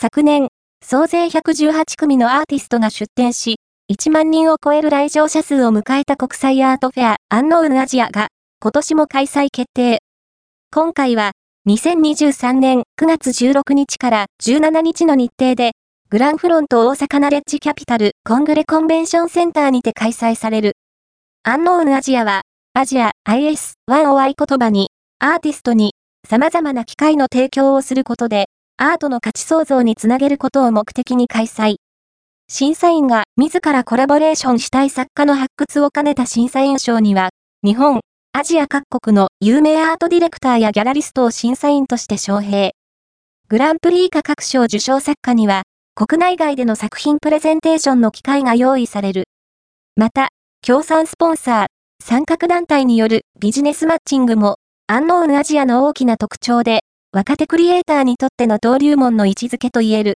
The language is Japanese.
昨年、総勢118組のアーティストが出展し、1万人を超える来場者数を迎えた国際アートフェア、アンノウンアジアが、今年も開催決定。今回は、2023年9月16日から17日の日程で、グランフロント大阪ナレッジキャピタルコングレコンベンションセンターにて開催される。アンノウンアジアは、アジア IS1 を合言葉に、アーティストに様々な機会の提供をすることで、アートの価値創造につなげることを目的に開催。審査員が自らコラボレーションしたい作家の発掘を兼ねた審査員賞には、日本、アジア各国の有名アートディレクターやギャラリストを審査員として招聘。グランプリ以下各賞受賞作家には、国内外での作品プレゼンテーションの機会が用意される。また、協賛スポンサー、参画団体によるビジネスマッチングも、アンノウンアジアの大きな特徴で、若手クリエイターにとっての登竜門の位置づけと言える。